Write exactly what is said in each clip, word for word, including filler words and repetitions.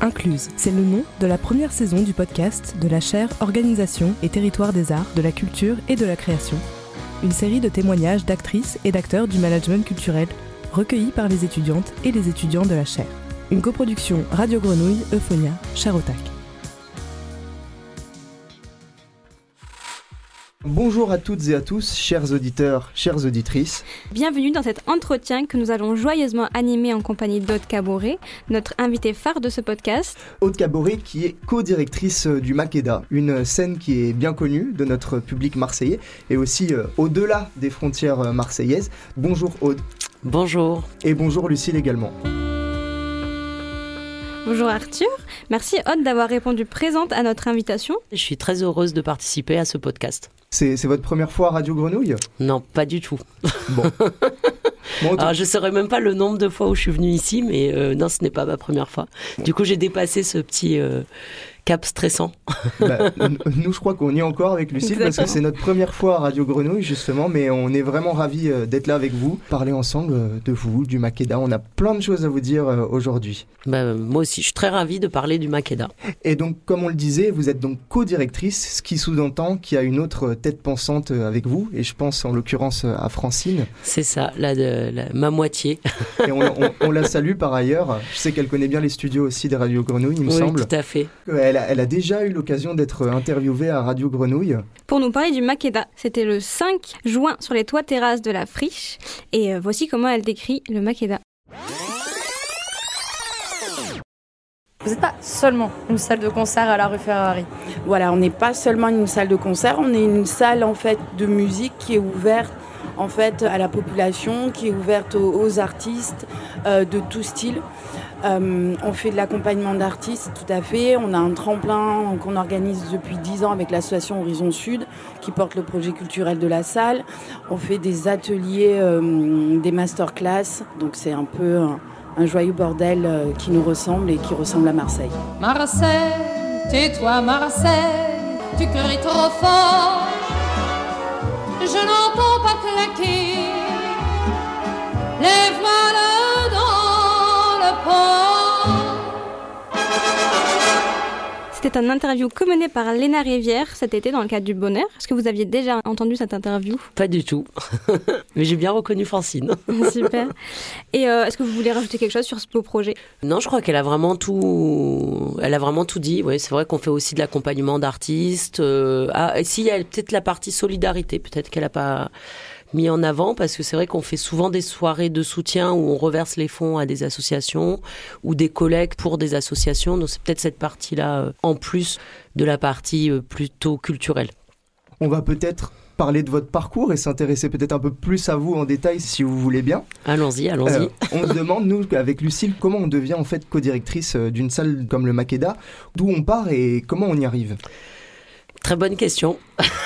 Incluse, c'est le nom de la première saison du podcast de la chaire Organisation et territoire des arts, de la culture et de la création. Une série de témoignages d'actrices et d'acteurs du management culturel recueillis par les étudiantes et les étudiants de la chaire. Une coproduction Radio Grenouille, Euphonia, Charotac. Bonjour à toutes et à tous, chers auditeurs, chères auditrices. Bienvenue dans cet entretien que nous allons joyeusement animer en compagnie d'Aude Caboret, notre invitée phare de ce podcast. Aude Caboret qui est co-directrice du Makeda, une scène qui est bien connue de notre public marseillais et aussi euh, au-delà des frontières marseillaises. Bonjour Aude. Bonjour. Et bonjour Lucille également. Bonjour Arthur, merci Aude d'avoir répondu présente à notre invitation. Je suis très heureuse de participer à ce podcast. C'est, c'est votre première fois à Radio Grenouille ? Non, pas du tout. Bon. Bon, Alors, je ne saurais même pas le nombre de fois où je suis venue ici, mais euh, non, ce n'est pas ma première fois. Bon. Du coup, j'ai dépassé ce petit euh, cap stressant. Bah, nous, je crois qu'on y est encore avec Lucille. Exactement. Parce que c'est notre première fois à Radio Grenouille, justement, mais on est vraiment ravis d'être là avec vous, parler ensemble de vous, du Makeda. On a plein de choses à vous dire aujourd'hui. Bah, moi aussi, je suis très ravie de parler du Makeda. Et donc, comme on le disait, vous êtes donc co-directrice, ce qui sous-entend qu'il y a une autre tête pensante avec vous, et je pense en l'occurrence à Francine. C'est ça, la, la, la, ma moitié. Et on, on, on la salue par ailleurs. Je sais qu'elle connaît bien les studios aussi de Radio Grenouille, il me oui, semble. Oui, tout à fait. Elle a, elle a déjà eu l'occasion d'être interviewée à Radio Grenouille. Pour nous parler du Makeda, c'était le cinq juin sur les toits terrasses de la Friche. Et voici comment elle décrit le Makeda. Vous n'êtes pas seulement une salle de concert à la rue Ferrari. Voilà, on n'est pas seulement une salle de concert, on est une salle en fait de musique qui est ouverte en fait à la population, qui est ouverte aux, aux artistes euh, de tout style. Euh, on fait de l'accompagnement d'artistes, tout à fait. On a un tremplin qu'on organise depuis dix ans avec l'association Horizon Sud qui porte le projet culturel de la salle. On fait des ateliers, euh, des masterclass, donc c'est un peu un, un joyeux bordel euh, qui nous ressemble et qui ressemble à Marseille. Marseille, tais-toi Marseille, tu cries trop fort. Je n'entends pas claquer les voiles dans le port. C'était un interview co-mené par Léna Rivière cet été dans le cadre du Bonheur. Est-ce que vous aviez déjà entendu cette interview ? Pas du tout, mais j'ai bien reconnu Francine. Super. Et euh, est-ce que vous voulez rajouter quelque chose sur ce beau projet ? Non, je crois qu'elle a vraiment tout, elle a vraiment tout dit. Oui, c'est vrai qu'on fait aussi de l'accompagnement d'artistes. Euh... Ah, et si, il y a peut-être la partie solidarité, peut-être qu'elle n'a pas mis en avant, parce que c'est vrai qu'on fait souvent des soirées de soutien où on reverse les fonds à des associations ou des collectes pour des associations. Donc c'est peut-être cette partie-là euh, en plus de la partie euh, plutôt culturelle. On va peut-être parler de votre parcours et s'intéresser peut-être un peu plus à vous en détail si vous voulez bien. Allons-y, allons-y. Euh, on se demande, nous, avec Lucille, comment on devient en fait co-directrice d'une salle comme le Makeda, d'où on part et comment on y arrive ? Très bonne question.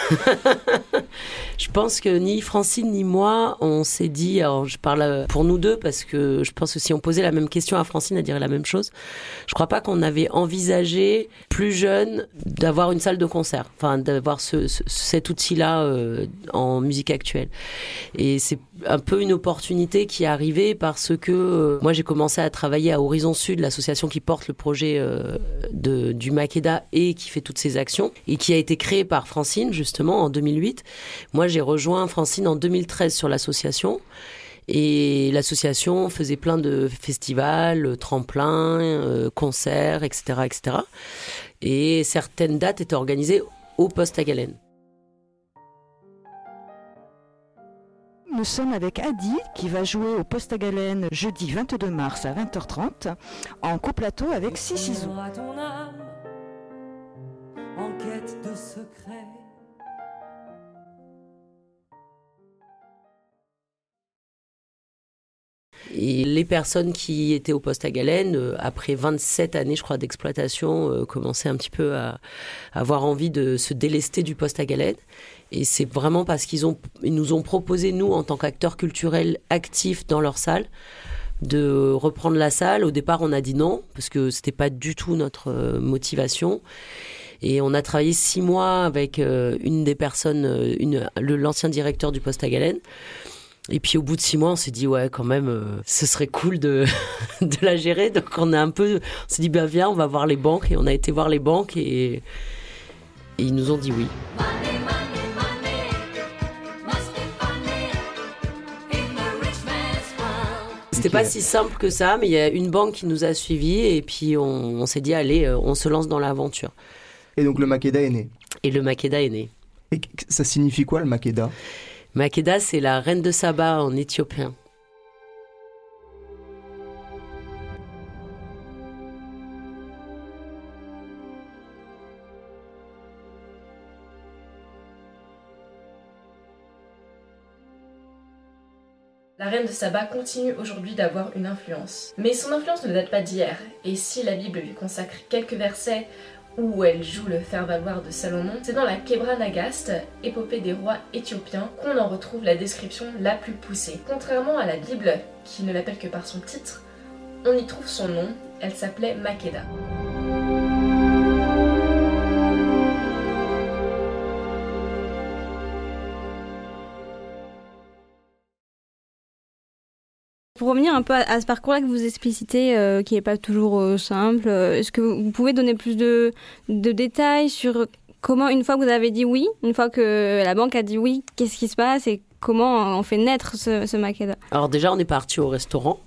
Je pense que ni Francine ni moi, on s'est dit, alors je parle pour nous deux parce que je pense que si on posait la même question à Francine, elle dirait la même chose. Je crois pas qu'on avait envisagé plus jeune d'avoir une salle de concert, enfin d'avoir ce, ce, cet outil-là euh, en musique actuelle. Et c'est un peu une opportunité qui est arrivée parce que euh, moi j'ai commencé à travailler à Horizon Sud, l'association qui porte le projet euh, de, du Makeda et qui fait toutes ces actions et qui a été créée par Francine justement en deux mille huit. Moi j'ai rejoint Francine en deux mille treize sur l'association et l'association faisait plein de festivals, tremplins, euh, concerts, et cetera, et cetera. Et certaines dates étaient organisées au Poste à Galène. Nous sommes avec Adi qui va jouer au Poste à Galène jeudi vingt-deux mars à vingt heures trente en coplateau avec Sissizou. En quête de secret. Et les personnes qui étaient au Poste à Galène, euh, après vingt-sept années, je crois, d'exploitation, euh, commençaient un petit peu à, à avoir envie de se délester du Poste à Galène. Et c'est vraiment parce qu'ils ont, ils nous ont proposé, nous, en tant qu'acteurs culturels actifs dans leur salle, de reprendre la salle. Au départ, on a dit non, parce que c'était pas du tout notre euh, motivation. Et on a travaillé six mois avec euh, une des personnes, une, le, l'ancien directeur du Poste à Galène. Et puis au bout de six mois, on s'est dit ouais, quand même, euh, ce serait cool de de la gérer. Donc on a un peu, on s'est dit ben viens, on va voir les banques. Et on a été voir les banques et, et ils nous ont dit oui. C'était pas si simple que ça, mais il y a une banque qui nous a suivis et puis on, on s'est dit allez, on se lance dans l'aventure. Et donc le Makeda est né. Et le Makeda est né. Et ça signifie quoi le Makeda ? Makeda, c'est la reine de Saba en éthiopien. La reine de Saba continue aujourd'hui d'avoir une influence. Mais son influence ne date pas d'hier, et si la Bible lui consacre quelques versets où elle joue le faire-valoir de Salomon, c'est dans la Kebra Nagast, épopée des rois éthiopiens, qu'on en retrouve la description la plus poussée. Contrairement à la Bible, qui ne l'appelle que par son titre, on y trouve son nom, elle s'appelait Makeda. Pour revenir un peu à, à ce parcours-là que vous explicitez, euh, qui n'est pas toujours euh, simple, euh, est-ce que vous pouvez donner plus de, de détails sur comment, une fois que vous avez dit oui, une fois que la banque a dit oui, qu'est-ce qui se passe et comment on fait naître ce, ce Makeda ? Alors déjà, on est parti au restaurant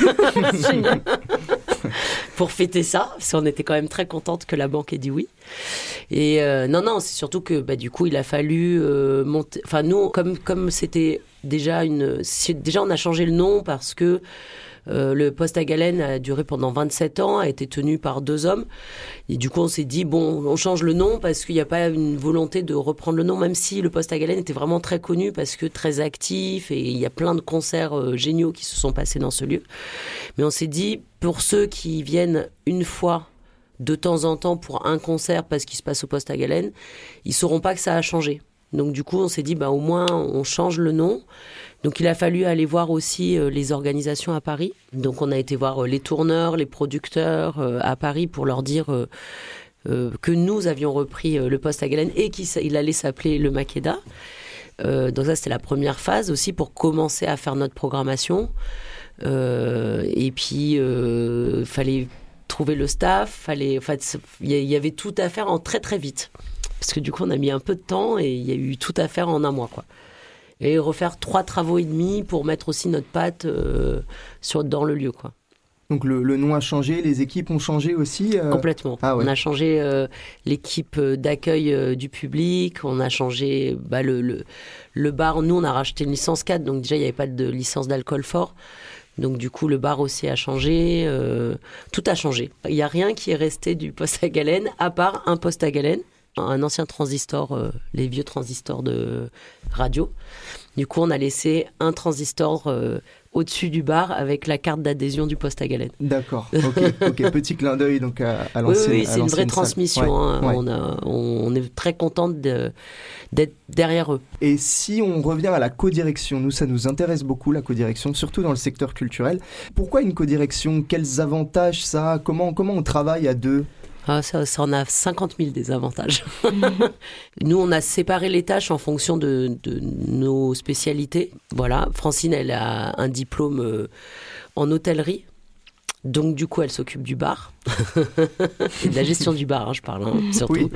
pour fêter ça, parce qu'on était quand même très contente que la banque ait dit oui. Et euh, non, non, c'est surtout que bah, du coup, il a fallu euh, monter... Enfin, nous, comme, comme c'était déjà une... Déjà, on a changé le nom parce que euh, le poste à Galène a duré pendant vingt-sept ans, a été tenu par deux hommes. Et du coup, on s'est dit, bon, on change le nom parce qu'il n'y a pas une volonté de reprendre le nom, même si le poste à Galène était vraiment très connu parce que très actif et il y a plein de concerts euh, géniaux qui se sont passés dans ce lieu. Mais on s'est dit, pour ceux qui viennent une fois de temps en temps pour un concert parce qu'il se passe au poste à Galène, ils sauront pas que ça a changé. Donc du coup, on s'est dit, bah, au moins, on change le nom. Donc il a fallu aller voir aussi euh, les organisations à Paris. Donc on a été voir euh, les tourneurs, les producteurs euh, à Paris pour leur dire euh, euh, que nous avions repris euh, le poste à Galène et qu'il allait s'appeler le Makeda. Euh, donc ça, c'était la première phase aussi pour commencer à faire notre programmation. Euh, et puis, il euh, fallait trouver le staff, fallait, enfin, il y avait tout à faire en très très vite. Parce que du coup, on a mis un peu de temps et il y a eu tout à faire en un mois, quoi. Et refaire trois travaux et demi pour mettre aussi notre patte euh, sur, dans le lieu, quoi. Donc le, le nom a changé, les équipes ont changé aussi euh... Complètement. Ah ouais. On a changé euh, l'équipe d'accueil euh, du public, on a changé bah, le, le, le bar. Nous, on a racheté une licence quatre, donc déjà, il n'y avait pas de licence d'alcool fort. Donc du coup, le bar aussi a changé, euh, tout a changé. Il n'y a rien qui est resté du poste à Galène, à part un poste à Galène, un ancien transistor, euh, les vieux transistors de radio. Du coup, on a laissé un transistor euh, au-dessus du bar avec la carte d'adhésion du poste à Galène. D'accord, ok, ok. Petit clin d'œil donc à, à l'ancienne. Oui, oui, c'est une vraie transmission. Ouais, hein. ouais. On, a, on, on est très contente de, d'être derrière eux. Et si on revient à la codirection, nous, ça nous intéresse beaucoup, la codirection, surtout dans le secteur culturel. Pourquoi une codirection ? Quels avantages ça a ? Comment, comment on travaille à deux ? Ah, ça, ça en a cinquante mille des avantages. Nous, on a séparé les tâches en fonction de, de nos spécialités. Voilà, Francine, elle a un diplôme euh, en hôtellerie. Donc, du coup, elle s'occupe du bar. Et de la gestion du bar, hein, je parle, hein, surtout. Oui.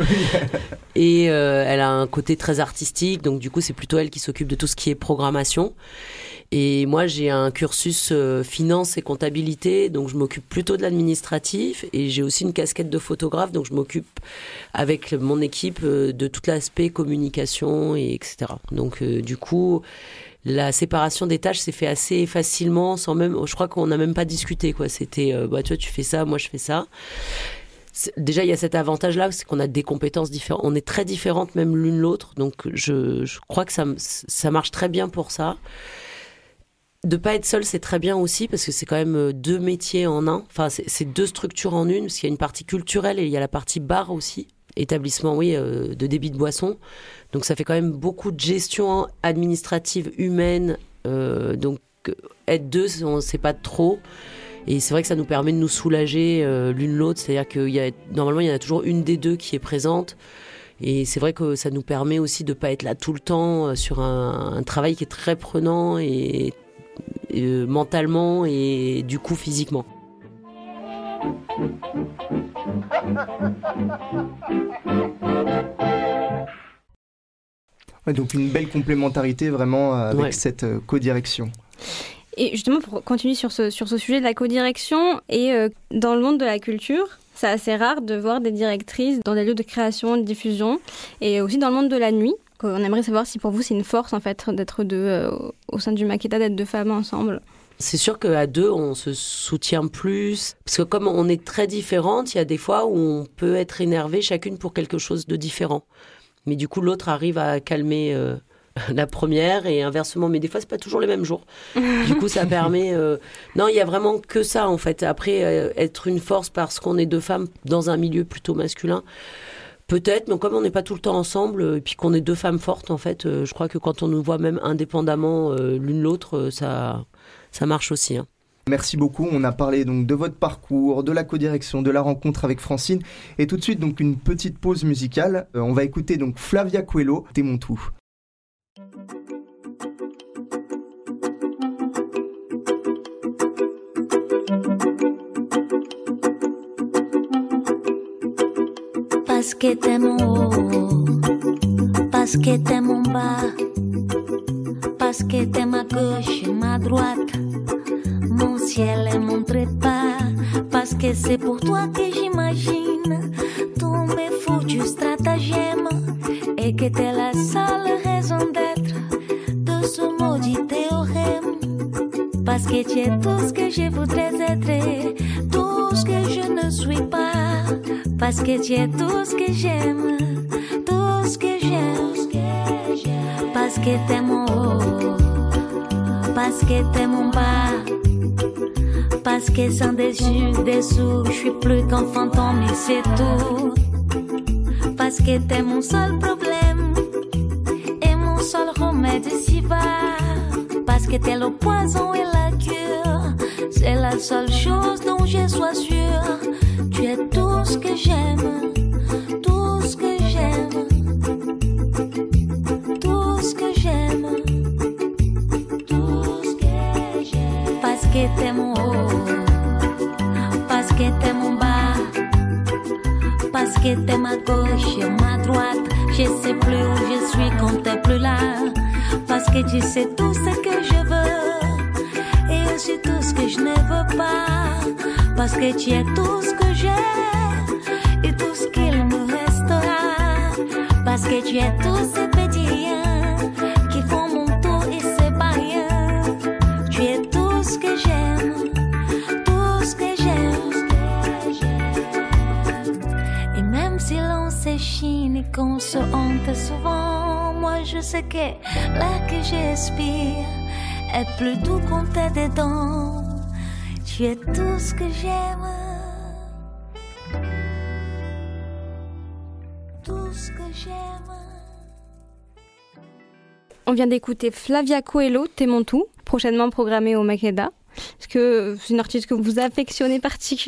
Et euh, elle a un côté très artistique. Donc, du coup, c'est plutôt elle qui s'occupe de tout ce qui est programmation. Et moi, j'ai un cursus euh, finance et comptabilité, donc je m'occupe plutôt de l'administratif. Et j'ai aussi une casquette de photographe, donc je m'occupe avec mon équipe euh, de tout l'aspect communication, et etc. Donc, euh, du coup, la séparation des tâches s'est fait assez facilement, sans même, je crois qu'on n'a même pas discuté, quoi. C'était, euh, bah, toi, tu fais ça, moi, je fais ça. C'est, déjà, il y a cet avantage-là, c'est qu'on a des compétences différentes. On est très différentes, même l'une l'autre. Donc, je, je crois que ça, ça marche très bien pour ça. De pas être seul, c'est très bien aussi, parce que c'est quand même deux métiers en un. Enfin, c'est, c'est deux structures en une, parce qu'il y a une partie culturelle et il y a la partie bar aussi. Établissement, oui, euh, de débit de boissons. Donc, ça fait quand même beaucoup de gestion administrative, humaine. Euh, donc, être deux, on ne sait pas trop. Et c'est vrai que ça nous permet de nous soulager euh, l'une l'autre. C'est-à-dire qu'il y a, normalement, il y en a toujours une des deux qui est présente. Et c'est vrai que ça nous permet aussi de ne pas être là tout le temps sur un, un travail qui est très prenant et, et euh, mentalement et du coup physiquement. Ouais, donc une belle complémentarité vraiment avec ouais. cette euh, codirection. Et justement, pour continuer sur ce, sur ce sujet de la codirection, et euh, dans le monde de la culture, c'est assez rare de voir des directrices dans des lieux de création, de diffusion, et aussi dans le monde de la nuit. On aimerait savoir si pour vous c'est une force en fait d'être deux euh, au sein du Makeda, d'être deux femmes ensemble. C'est sûr qu'à deux, on se soutient plus. Parce que comme on est très différentes, il y a des fois où on peut être énervées chacune pour quelque chose de différent. Mais du coup, l'autre arrive à calmer euh, la première et inversement. Mais des fois, c'est pas toujours les mêmes jours. Du coup, ça permet... Euh... Non, il y a vraiment que ça, en fait. Après, euh, être une force parce qu'on est deux femmes dans un milieu plutôt masculin, peut-être. Mais comme on n'est pas tout le temps ensemble et puis qu'on est deux femmes fortes, en fait, euh, je crois que quand on nous voit même indépendamment euh, l'une l'autre, euh, ça, ça marche aussi, hein. Merci beaucoup. On a parlé donc de votre parcours, de la codirection, de la rencontre avec Francine. Et tout de suite, donc une petite pause musicale. Euh, on va écouter donc Flavia Coelho, T'es mon tout. Parce que t'es mon haut, parce que t'es mon bas, parce que t'es ma gauche et ma droite. Mon ciel et mon trépas, parce que c'est pour toi que j'imagine tous mes foutus stratagèmes et que t'es la seule raison d'être de ce maudit théorème. Parce que tu es tout ce que je voudrais être, tout ce que je ne suis pas. Parce que tu es tout ce que j'aime, tout ce que j'aime. Parce que t'es mon haut, parce que t'es mon bas. Parce que sans dessus, dessous, je suis plus qu'un fantôme et c'est tout. Parce que t'es mon seul problème et mon seul remède si va. Parce que t'es le poison et la cure, c'est la seule chose dont je sois sûre. Tu es tout ce que j'aime, tout ce que j'aime, tout ce que j'aime, tout ce que j'aime. Parce que t'es mon haut, parce que t'es mon bas, parce que t'es ma gauche et ma droite. Je sais plus où je suis quand t'es plus là. Parce que tu sais tout ce que je veux et aussi tout ce que je ne veux pas. Parce que tu es tout ce que j'ai et tout ce qu'il me restera. Parce que tu es tous ces petits riens qui font mon tour et c'est pas rien. Tu es tout ce que j'aime, tout ce que j'aime. Et même si l'on s'échine et qu'on se honte souvent, moi je sais que l'air que j'espire est plus doux quand t'es dedans. Tu es tout ce que j'aime, tout ce que j'aime. On vient d'écouter Flavia Coelho, T'es mon tout, prochainement programmée au Makeda. Est-ce que c'est une artiste que vous affectionnez particulièrement ?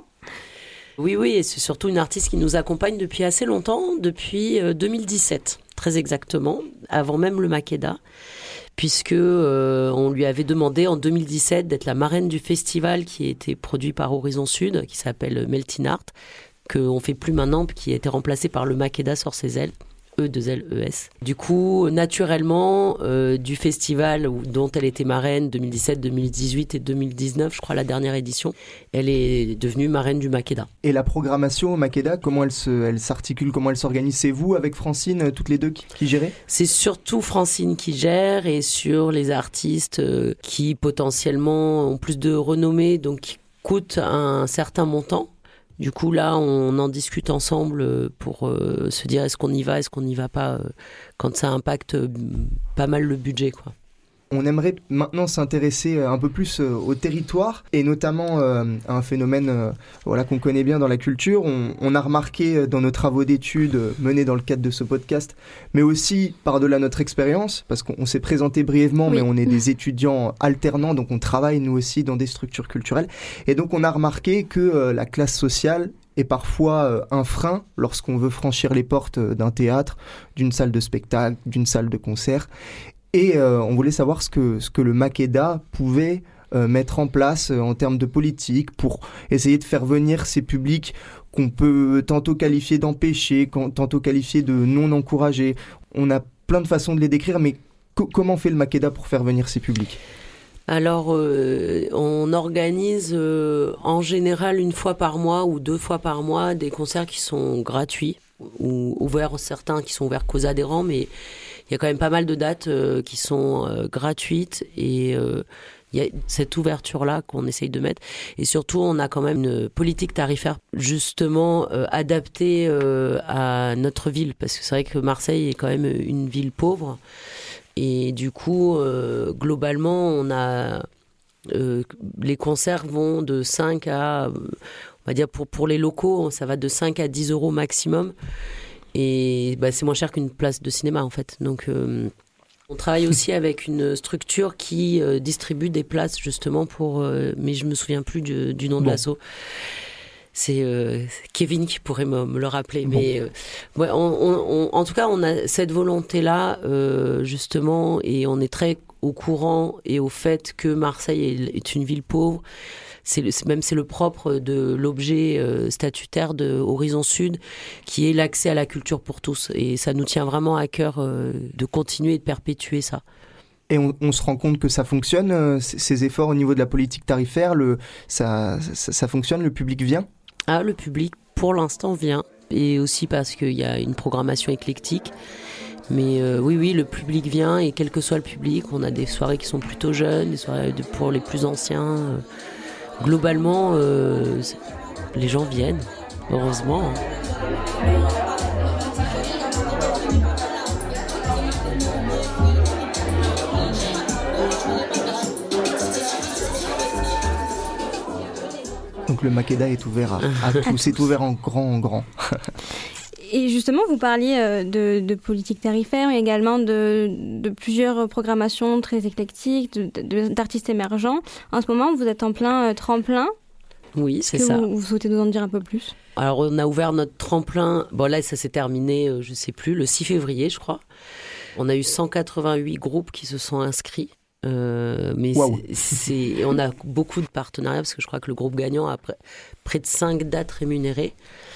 Oui, oui, et c'est surtout une artiste qui nous accompagne depuis assez longtemps, depuis deux mille dix-sept, très exactement, avant même le Makeda. Puisque euh, on lui avait demandé en deux mille dix-sept d'être la marraine du festival qui était produit par Horizon Sud, qui s'appelle Melting Art, qu'on ne fait plus maintenant, qui a été remplacé par le Makeda Sort Ses Ailes, E deux L E S. Du coup, naturellement, euh, du festival où, dont elle était marraine deux mille dix-sept, deux mille dix-huit et deux mille dix-neuf, je crois la dernière édition, elle est devenue marraine du Makeda. Et la programmation au Makeda, comment elle, se, elle s'articule, comment elle s'organise ? C'est vous avec Francine, toutes les deux, qui, qui gérez ? C'est surtout Francine qui gère, et sur les artistes euh, qui potentiellement ont plus de renommée, donc qui coûtent un certain montant. Du coup, là, on en discute ensemble pour euh, se dire est-ce qu'on y va, est-ce qu'on n'y va pas, euh, quand ça impacte euh, pas mal le budget, quoi. On aimerait maintenant s'intéresser un peu plus au territoire et notamment euh, à un phénomène euh, voilà, qu'on connaît bien dans la culture. On, on a remarqué dans nos travaux d'études menés dans le cadre de ce podcast, mais aussi par-delà notre expérience, parce qu'on s'est présenté brièvement, oui. mais on est des étudiants alternants, donc on travaille nous aussi dans des structures culturelles. Et donc on a remarqué que euh, la classe sociale est parfois euh, un frein lorsqu'on veut franchir les portes d'un théâtre, d'une salle de spectacle, d'une salle de concert. Et euh, on voulait savoir ce que, ce que le Makeda pouvait euh, mettre en place euh, en termes de politique pour essayer de faire venir ces publics qu'on peut tantôt qualifier d'empêchés, tantôt qualifier de non encouragés. On a plein de façons de les décrire, mais co- comment fait le Makeda pour faire venir ces publics ? Alors, euh, on organise euh, en général une fois par mois ou deux fois par mois des concerts qui sont gratuits ou ouverts, certains qui sont ouverts qu'aux adhérents, mais il y a quand même pas mal de dates euh, qui sont euh, gratuites et euh, il y a cette ouverture-là qu'on essaye de mettre. Et surtout, on a quand même une politique tarifaire justement euh, adaptée euh, à notre ville, parce que c'est vrai que Marseille est quand même une ville pauvre. Et du coup, euh, globalement, on a euh, les concerts vont de cinq à, on va dire pour pour les locaux, ça va de cinq à dix euros maximum. Et bah, c'est moins cher qu'une place de cinéma en fait. Donc, euh, on travaille aussi avec une structure qui euh, distribue des places justement pour, euh, mais je me souviens plus du, du nom bon. de l'asso. C'est euh, Kevin qui pourrait me, me le rappeler. Bon. Mais euh, ouais, on, on, on, en tout cas, on a cette volonté-là, euh, justement, et on est très au courant et au fait que Marseille est, est une ville pauvre. C'est, le, c'est même c'est le propre de l'objet euh, statutaire de Horizon Sud, qui est l'accès à la culture pour tous. Et ça nous tient vraiment à cœur euh, de continuer et de perpétuer ça. Et on, on se rend compte que ça fonctionne, euh, ces efforts au niveau de la politique tarifaire, le, ça, ça, ça fonctionne, le public vient ? Ah, le public, pour l'instant, vient. Et aussi parce qu'il y a une programmation éclectique. Mais euh, oui, oui, le public vient. Et quel que soit le public, on a des soirées qui sont plutôt jeunes, des soirées de, pour les plus anciens. Euh, globalement, euh, les gens viennent, heureusement. Donc le Makeda est ouvert à, à tous, c'est ouvert en grand, en grand. Et justement, vous parliez de, de politique tarifaire, mais également de, de plusieurs programmations très éclectiques, de, de, d'artistes émergents. En ce moment, vous êtes en plein tremplin. Oui, c'est Est-ce que ça. Vous, vous souhaitez nous en dire un peu plus ? Alors, on a ouvert notre tremplin. Bon, là, ça s'est terminé, je ne sais plus, le six février, je crois. On a eu cent quatre-vingt-huit groupes qui se sont inscrits. Euh, mais wow. c'est, c'est, on a beaucoup de partenariats parce que je crois que le groupe gagnant a près, près de cinq dates rémunérées,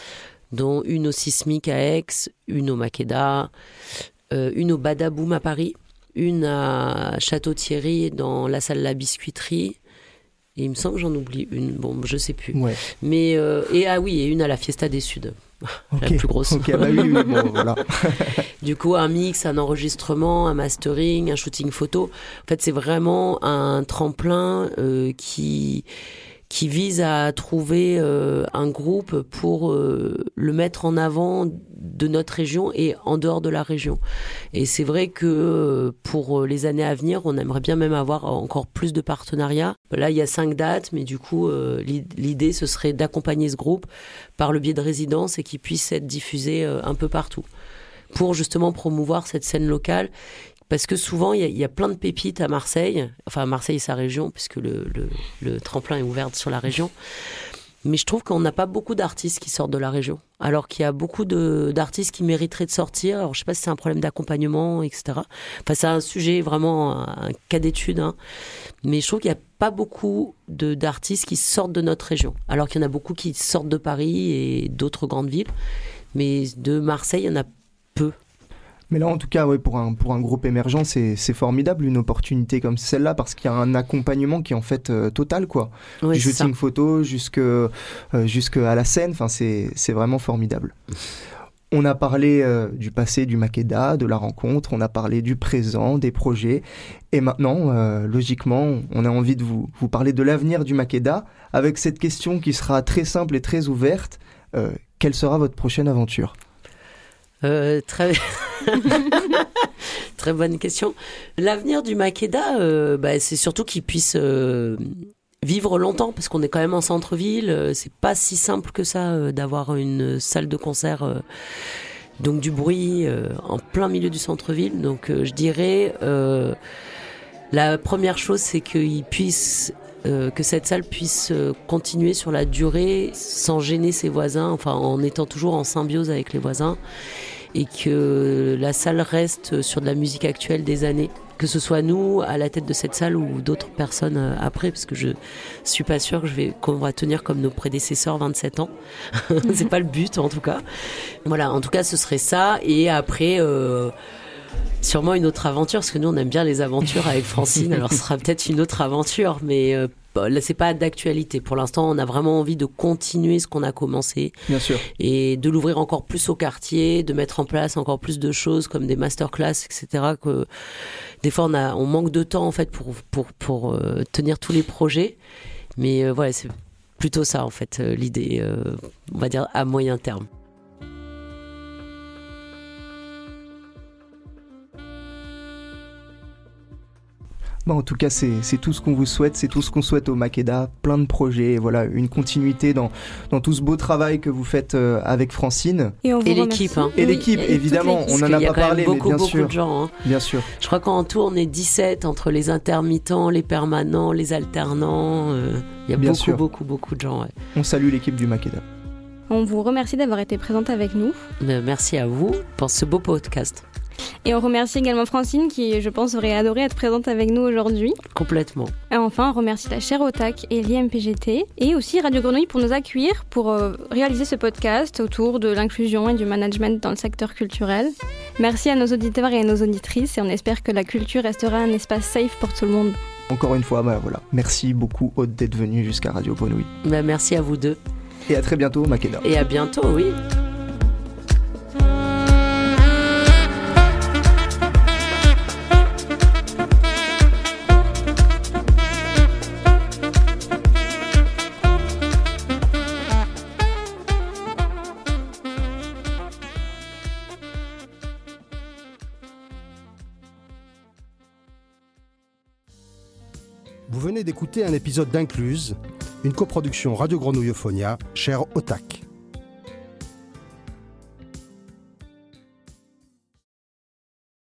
dont une au Sismic à Aix, une au Makeda, euh, une au Badaboum à Paris, une à Château-Thierry dans la salle La Biscuiterie. Et il me semble que j'en oublie une, bon, je sais plus. Ouais. Mais euh, et ah oui, et une à la Fiesta des Suds, okay. La plus grosse. Ok, bah oui, oui, bon, voilà. Du coup, un mix, un enregistrement, un mastering, un shooting photo. En fait, c'est vraiment un tremplin euh, qui qui vise à trouver euh, un groupe pour euh, le mettre en avant de notre région et en dehors de la région. Et c'est vrai que euh, pour les années à venir, on aimerait bien même avoir encore plus de partenariats. Là, il y a cinq dates, mais du coup, euh, l'idée, ce serait d'accompagner ce groupe par le biais de résidences et qu'il puisse être diffusé euh, un peu partout pour justement promouvoir cette scène locale. Parce que souvent, il y, y a plein de pépites à Marseille, enfin Marseille et sa région, puisque le, le, le tremplin est ouvert sur la région. Mais je trouve qu'on n'a pas beaucoup d'artistes qui sortent de la région, alors qu'il y a beaucoup de, d'artistes qui mériteraient de sortir. Alors je ne sais pas si c'est un problème d'accompagnement, et cetera. Enfin, c'est un sujet vraiment, un, un cas d'étude. Hein. Mais je trouve qu'il n'y a pas beaucoup de, d'artistes qui sortent de notre région, alors qu'il y en a beaucoup qui sortent de Paris et d'autres grandes villes. Mais de Marseille, il y en a peu. Mais là, en tout cas, ouais, pour un, pour un groupe émergent, c'est, c'est formidable, une opportunité comme celle-là, parce qu'il y a un accompagnement qui est en fait euh, total, quoi. Ouais, du shooting ça. Photo jusque, euh, jusqu'à la scène, enfin, c'est, c'est vraiment formidable. On a parlé euh, du passé du Makeda, de la rencontre, on a parlé du présent, des projets, et maintenant, euh, logiquement, on a envie de vous, vous parler de l'avenir du Makeda, avec cette question qui sera très simple et très ouverte. Euh, quelle sera votre prochaine aventure ? Euh, très... très bonne question. L'avenir du Makeda, euh, bah, c'est surtout qu'il puisse euh, vivre longtemps, parce qu'on est quand même en centre-ville. Euh, c'est pas si simple que ça euh, d'avoir une salle de concert, euh, donc du bruit euh, en plein milieu du centre-ville. Donc euh, je dirais, euh, la première chose, c'est qu'il puisse euh, que cette salle puisse euh, continuer sur la durée sans gêner ses voisins, enfin en étant toujours en symbiose avec les voisins, et que la salle reste sur de la musique actuelle des années. Que ce soit nous à la tête de cette salle ou d'autres personnes euh, après, parce que je suis pas sûre que je vais, qu'on va tenir comme nos prédécesseurs vingt-sept ans. C'est pas le but en tout cas. Voilà, en tout cas ce serait ça. Et après, euh, sûrement une autre aventure, parce que nous on aime bien les aventures avec Francine. Alors ce sera peut-être une autre aventure, mais euh, là c'est pas d'actualité. Pour l'instant, on a vraiment envie de continuer ce qu'on a commencé. Bien sûr. Et de l'ouvrir encore plus au quartier, de mettre en place encore plus de choses comme des masterclass, et cetera. Que des fois on a, on manque de temps en fait pour pour pour euh, tenir tous les projets. Mais euh, voilà, c'est plutôt ça en fait euh, l'idée, euh, on va dire à moyen terme. Bah en tout cas, c'est, c'est tout ce qu'on vous souhaite, c'est tout ce qu'on souhaite au Makeda, plein de projets, et voilà, une continuité dans, dans tout ce beau travail que vous faites euh, avec Francine. Et, on vous et l'équipe. Hein. Et l'équipe, et évidemment, l'équipe. on n'en a pas parlé, beaucoup, mais bien beaucoup sûr. de gens. Hein. Bien sûr. Je crois qu'en tout, on est dix-sept entre les intermittents, les permanents, les alternants. Il euh, y a bien beaucoup, sûr. beaucoup, beaucoup de gens. Ouais. On salue l'équipe du Makeda. On vous remercie d'avoir été présente avec nous. Mais merci à vous pour ce beau podcast. Et on remercie également Francine qui, je pense, aurait adoré être présente avec nous aujourd'hui. Complètement. Et enfin, on remercie la chaire Otac et l'I M P G T et aussi Radio Grenouille pour nous accueillir pour euh, réaliser ce podcast autour de l'inclusion et du management dans le secteur culturel. Merci à nos auditeurs et à nos auditrices et on espère que la culture restera un espace safe pour tout le monde. Encore une fois, bah voilà, merci beaucoup Aude d'être venue jusqu'à Radio Grenouille. Bah, merci à vous deux. Et à très bientôt au Makeda. Et à bientôt, oui. Vous venez d'écouter un épisode d'Incluse, une coproduction Radio Grenouille Euphonia, chère Otac.